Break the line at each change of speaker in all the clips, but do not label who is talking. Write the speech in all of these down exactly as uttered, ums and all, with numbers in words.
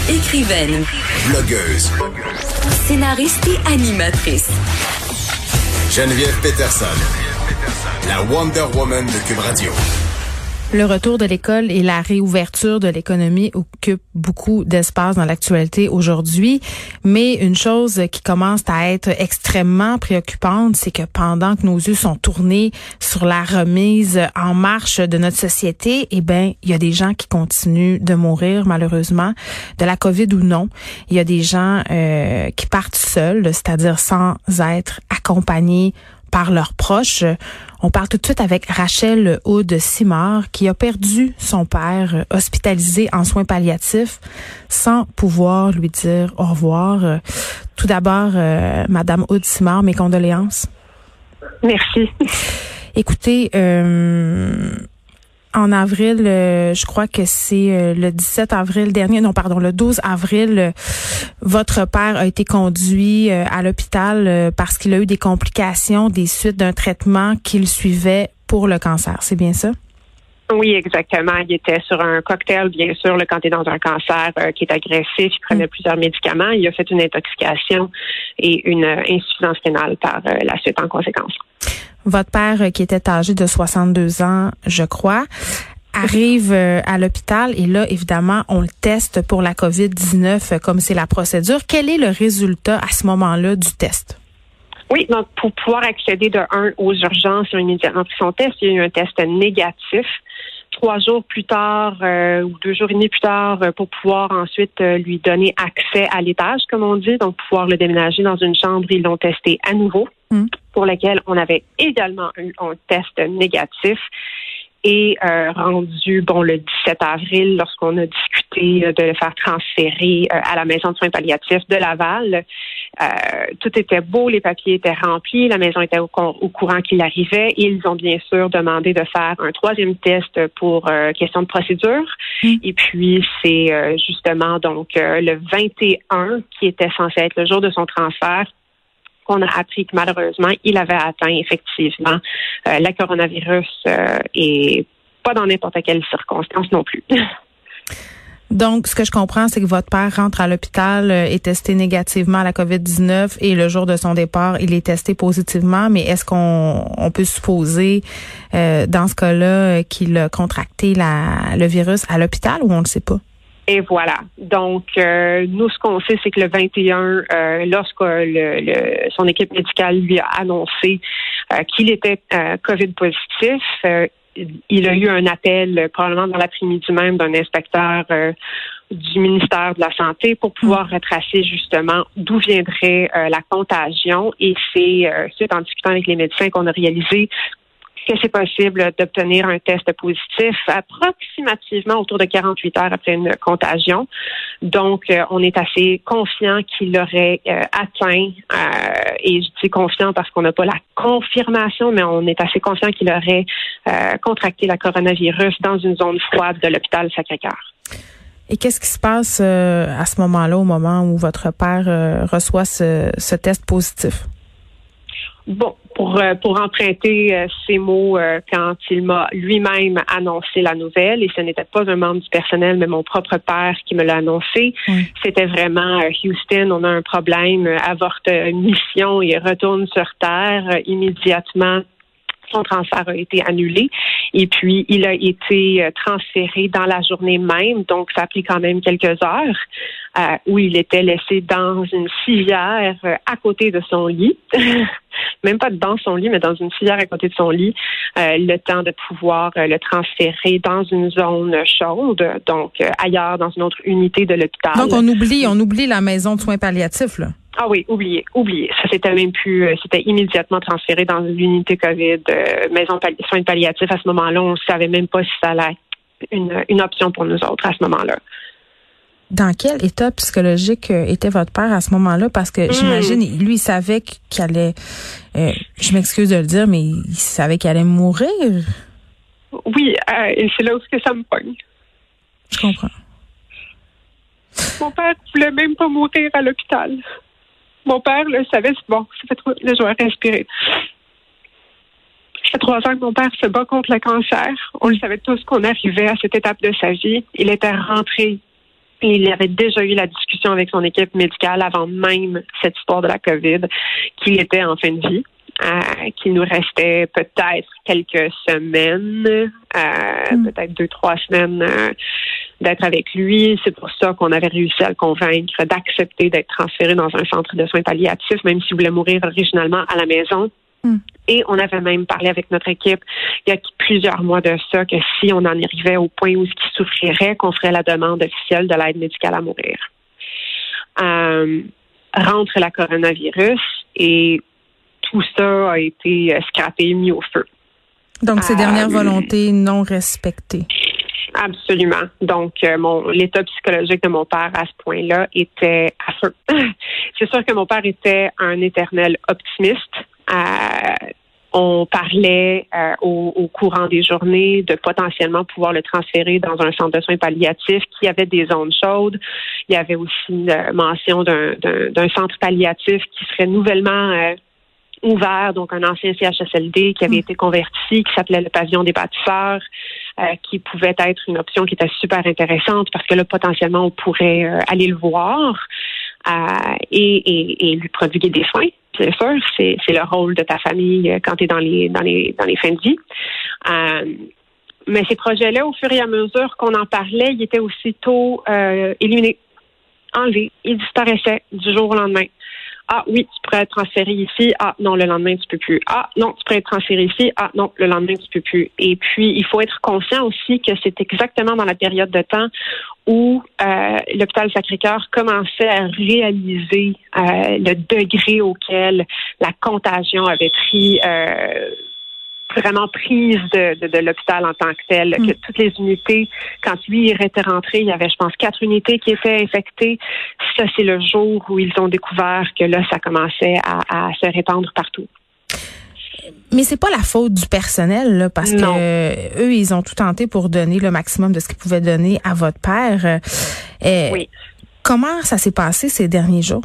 Écrivaine, blogueuse, scénariste et animatrice. Geneviève Peterson, la Wonder Woman de Cube Radio.
Le retour de l'école et la réouverture de l'économie occupent beaucoup d'espace dans l'actualité aujourd'hui. Mais une chose qui commence à être extrêmement préoccupante, c'est que pendant que nos yeux sont tournés sur la remise en marche de notre société, eh ben, il y a des gens qui continuent de mourir, malheureusement, de la COVID ou non. Il y a des gens euh, qui partent seuls, c'est-à-dire sans être accompagnés par leurs proches. On parle tout de suite avec Rachel Houde-Simard, qui a perdu son père hospitalisé en soins palliatifs sans pouvoir lui dire au revoir. Tout d'abord, euh, Madame Houde-Simard, mes condoléances.
Merci.
Écoutez, euh, en avril, euh, je crois que c'est euh, le dix-sept avril dernier, non pardon, le douze avril, euh, votre père a été conduit euh, à l'hôpital euh, parce qu'il a eu des complications des suites d'un traitement qu'il suivait pour le cancer. C'est bien ça?
Oui, exactement. Il était sur un cocktail, bien sûr, là, quand tu es dans un cancer euh, qui est agressif, il prenait mmh. plusieurs médicaments. Il a fait une intoxication et une euh, insuffisance rénale par euh, la suite en conséquence.
Votre père, qui était âgé de soixante-deux ans, je crois, arrive à l'hôpital et là, évidemment, on le teste pour la COVID dix-neuf comme c'est la procédure. Quel est le résultat à ce moment-là du test?
Oui, donc pour pouvoir accéder de un aux urgences, il a immédiatement pris son test. Il y a eu un test négatif. Trois jours plus tard euh, ou deux jours et demi plus tard euh, pour pouvoir ensuite euh, lui donner accès à l'étage, comme on dit, donc pouvoir le déménager dans une chambre. Ils l'ont testé à nouveau, mmh. pour lequel on avait également eu un test négatif. Et euh, rendu, bon, le dix-sept avril, lorsqu'on a discuté de le faire transférer euh, à la maison de soins palliatifs de Laval, euh, tout était beau, les papiers étaient remplis, la maison était au, au courant qu'il arrivait. Et ils ont bien sûr demandé de faire un troisième test pour euh, question de procédure. Mmh. Et puis, c'est euh, justement donc euh, le vingt et un qui était censé être le jour de son transfert, qu'on a appris que malheureusement, il avait atteint effectivement euh, la coronavirus euh, et pas dans n'importe quelle circonstance non plus.
Donc, ce que je comprends, c'est que votre père rentre à l'hôpital, euh, est testé négativement à la COVID dix-neuf et le jour de son départ, il est testé positivement. Mais est-ce qu'on on peut supposer, euh, dans ce cas-là, euh, qu'il a contracté la, le virus à l'hôpital ou on ne le sait pas?
Et voilà. Donc, euh, nous, ce qu'on sait, c'est que le vingt et un, euh, lorsque le, le, son équipe médicale lui a annoncé euh, qu'il était euh, COVID positif, euh, il a eu un appel, euh, probablement dans l'après-midi même, d'un inspecteur euh, du ministère de la Santé pour pouvoir retracer justement d'où viendrait euh, la contagion. Et c'est euh, suite en discutant avec les médecins qu'on a réalisé que c'est possible d'obtenir un test positif approximativement autour de quarante-huit heures après une contagion. Donc, euh, on est assez confiant qu'il aurait euh, atteint, euh, et je dis confiant parce qu'on n'a pas la confirmation, mais on est assez confiant qu'il aurait euh, contracté la coronavirus dans une zone froide de l'hôpital Sacré-Cœur.
Et qu'est-ce qui se passe euh, à ce moment-là, au moment où votre père euh, reçoit ce, ce test positif?
Bon, pour euh, pour emprunter euh, ces mots, euh, quand il m'a lui-même annoncé la nouvelle, et ce n'était pas un membre du personnel, mais mon propre père qui me l'a annoncé, oui. C'était vraiment euh, Houston, on a un problème, euh, avorte euh, mission et retourne sur Terre euh, immédiatement. Son transfert a été annulé et puis il a été transféré dans la journée même, donc ça a pris quand même quelques heures euh, où il était laissé dans une civière euh, à côté de son lit, même pas dans son lit, mais dans une civière à côté de son lit, euh, le temps de pouvoir euh, le transférer dans une zone chaude, donc euh, ailleurs dans une autre unité de l'hôpital.
Donc on oublie, on oublie la maison de soins palliatifs, là.
Ah oui, oublié, oublié. Ça c'était même plus, c'était immédiatement transféré dans l'unité COVID, euh, maison palli- soins palliatifs. À ce moment-là, on ne savait même pas si ça allait être une, une option pour nous autres à ce moment-là.
Dans quel état psychologique était votre père à ce moment-là? Parce que mmh. j'imagine, lui, il savait qu'il allait, euh, je m'excuse de le dire, mais il savait qu'il allait mourir.
Oui, euh, et c'est là où que ça me pogne.
Je comprends.
Mon père ne voulait même pas mourir à l'hôpital. Mon père le savait, c'est bon, ça fait trop, là, je vais respirer. Ça fait trois ans que mon père se bat contre le cancer. On le savait tous qu'on arrivait à cette étape de sa vie. Il était rentré Il avait déjà eu la discussion avec son équipe médicale avant même cette histoire de la COVID, qu'il était en fin de vie, euh, qu'il nous restait peut-être quelques semaines, euh, mm. peut-être deux, trois semaines euh, d'être avec lui. C'est pour ça qu'on avait réussi à le convaincre d'accepter d'être transféré dans un centre de soins palliatifs, même s'il voulait mourir originalement à la maison. Mm. Et on avait même parlé avec notre équipe il y a plusieurs mois de ça que si on en arrivait au point où il souffrirait, qu'on ferait la demande officielle de l'aide médicale à mourir. Euh, rentre la coronavirus et tout ça a été scrappé, mis au feu.
Donc, ces
euh,
dernières volontés non respectées.
Absolument. Donc, euh, mon l'état psychologique de mon père à ce point-là était à feu. C'est sûr que mon père était un éternel optimiste. Euh, on parlait euh, au, au courant des journées de potentiellement pouvoir le transférer dans un centre de soins palliatifs qui avait des zones chaudes. Il y avait aussi euh, mention d'un, d'un, d'un centre palliatif qui serait nouvellement euh, ouvert, donc un ancien C H S L D qui avait mmh. été converti, qui s'appelait le pavillon des bâtisseurs, euh, qui pouvait être une option qui était super intéressante parce que là, potentiellement, on pourrait euh, aller le voir euh, et, et, et lui prodiguer des soins. Bien sûr, c'est, c'est le rôle de ta famille quand tu es dans les, dans les, dans les fins de vie. Euh, mais ces projets-là, au fur et à mesure qu'on en parlait, ils étaient aussitôt euh, éliminés, enlevés. Ils disparaissaient du jour au lendemain. Ah oui, tu pourrais être transféré ici. Ah non, le lendemain, tu peux plus. Ah non, tu pourrais être transféré ici. Ah non, le lendemain, tu peux plus. Et puis, il faut être conscient aussi que c'est exactement dans la période de temps où euh, l'hôpital Sacré-Cœur commençait à réaliser euh, le degré auquel la contagion avait pris... Euh, vraiment prise de, de, de l'hôpital en tant que tel, mm. que toutes les unités, quand lui était rentré, il y avait, je pense, quatre unités qui étaient infectées. Ça, c'est le jour où ils ont découvert que là, ça commençait à, à se répandre partout.
Mais c'est pas la faute du personnel, là, parce non. que euh, eux, ils ont tout tenté pour donner le maximum de ce qu'ils pouvaient donner à votre père. Euh,
oui.
Comment ça s'est passé ces derniers jours?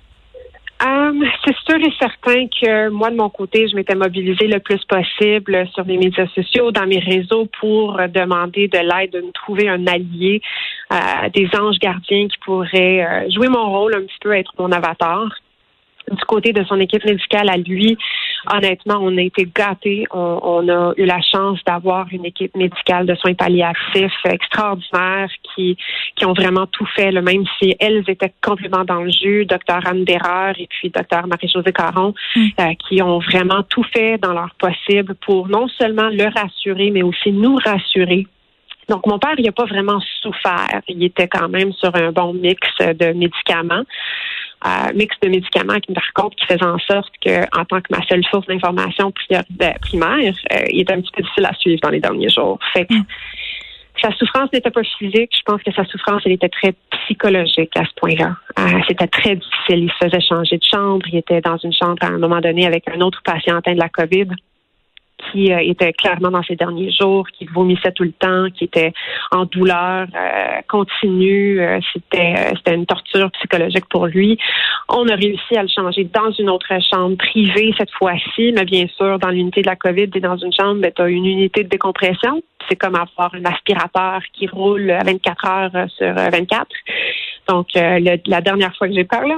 Um, c'est sûr et certain que moi, de mon côté, je m'étais mobilisée le plus possible sur les médias sociaux, dans mes réseaux, pour demander de l'aide, de nous trouver un allié, euh, des anges gardiens qui pourraient euh, jouer mon rôle un petit peu, être mon avatar. Du côté de son équipe médicale à lui, honnêtement, on a été gâtés. On, on a eu la chance d'avoir une équipe médicale de soins palliatifs extraordinaire qui qui ont vraiment tout fait, là, même si elles étaient complètement dans le jus. Docteur Anne Bérard et puis Docteur Marie-Josée Caron, mm. euh, qui ont vraiment tout fait dans leur possible pour non seulement le rassurer, mais aussi nous rassurer. Donc, mon père, il n'a pas vraiment souffert. Il était quand même sur un bon mix de médicaments. Euh, mix de médicaments qui, par contre, qui faisait en sorte que, en tant que ma seule source d'information primaire, euh, il était un petit peu difficile à suivre dans les derniers jours. Fait que, mm. sa souffrance n'était pas physique. Je pense que sa souffrance, elle était très psychologique à ce point-là. Euh, c'était très difficile. Il se faisait changer de chambre. Il était dans une chambre à un moment donné avec un autre patient atteint de la COVID qui euh, était clairement dans ses derniers jours, qui vomissait tout le temps, qui était en douleur euh, continue. Euh, c'était, euh, c'était une torture psychologique pour lui. On a réussi à le changer dans une autre chambre privée cette fois-ci, mais bien sûr, dans l'unité de la COVID, t'es dans une chambre, ben, tu as une unité de décompression. C'est comme avoir un aspirateur qui roule à vingt-quatre heures sur vingt-quatre. Donc, euh, le, la dernière fois que j'ai parlé,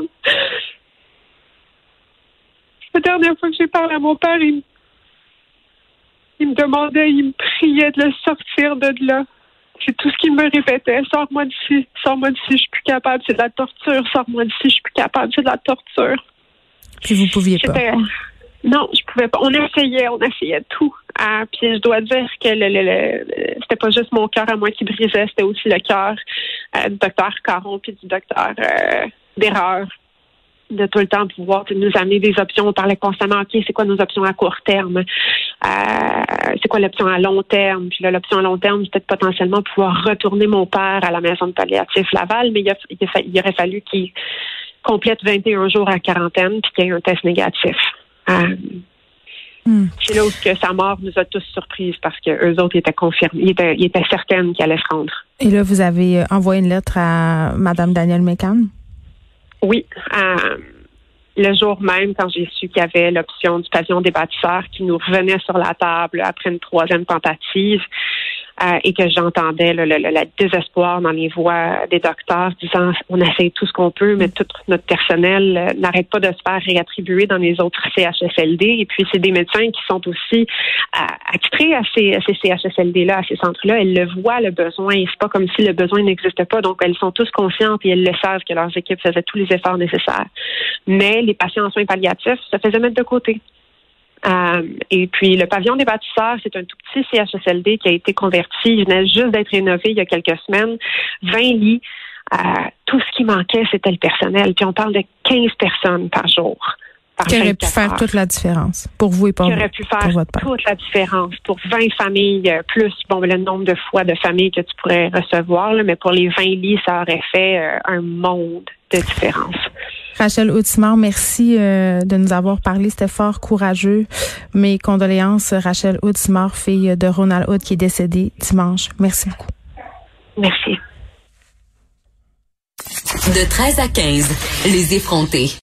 la dernière fois que j'ai parlé à mon père, il Il me demandait, il me priait de le sortir de là. C'est tout ce qu'il me répétait. Sors-moi d'ici, sors-moi d'ici, je suis plus capable, c'est de la torture. Sors-moi d'ici, je suis plus capable, c'est de la torture.
Puis vous pouviez
J'étais...
pas.
Non, je pouvais pas. On essayait, on essayait tout. Ah, puis je dois dire que le, le, le, c'était pas juste mon cœur à moi qui brisait, c'était aussi le cœur euh, du docteur Caron puis du docteur euh, Bérard. De tout le temps pouvoir nous amener des options. On parlait constamment, OK, c'est quoi nos options à court terme? Euh, c'est quoi l'option à long terme? Puis là, l'option à long terme, c'était potentiellement pouvoir retourner mon père à la maison de palliatif Laval, mais il, a, il, a, il aurait fallu qu'il complète vingt et un jours à quarantaine puis qu'il y ait un test négatif. Euh, hmm. C'est là où que sa mort nous a tous surprises parce qu'eux autres étaient confirmés, ils étaient, ils étaient certaines qu'il allait se rendre.
Et là, vous avez envoyé une lettre à Mme Danielle Mécan?
Oui. Euh, le jour même, quand j'ai su qu'il y avait l'option du pavillon des bâtisseurs qui nous revenait sur la table après une troisième tentative, euh, et que j'entendais là, le, le, le désespoir dans les voix des docteurs disant on essaie tout ce qu'on peut, mais tout notre personnel euh, n'arrête pas de se faire réattribuer dans les autres C H S L D. Et puis, c'est des médecins qui sont aussi euh, attitrés à ces, à ces C H S L D-là, à ces centres-là. Elles le voient, le besoin. C'est pas comme si le besoin n'existe pas. Donc, elles sont tous conscientes et elles le savent que leurs équipes faisaient tous les efforts nécessaires. Mais les patients en soins palliatifs se faisaient mettre de côté. Euh, et puis, le pavillon des bâtisseurs, c'est un tout petit C H S L D qui a été converti. Il venait juste d'être rénové il y a quelques semaines. vingt lits. Euh, tout ce qui manquait, c'était le personnel. Puis, on parle de quinze personnes par jour.
Qui aurait pu faire toute la différence pour vous et pour,
qui aurait pu faire toute la différence pour vingt familles, plus bon le nombre de fois de familles que tu pourrais recevoir, là, mais pour les vingt lits, ça aurait fait euh, un monde de différence.
Rachel Houde-Simard, merci euh, de nous avoir parlé. C'était fort courageux. Mes condoléances, Rachel Houde-Simard, fille de Ronald Houde, qui est décédé dimanche. Merci beaucoup.
Merci.
De treize à quinze, les effrontés.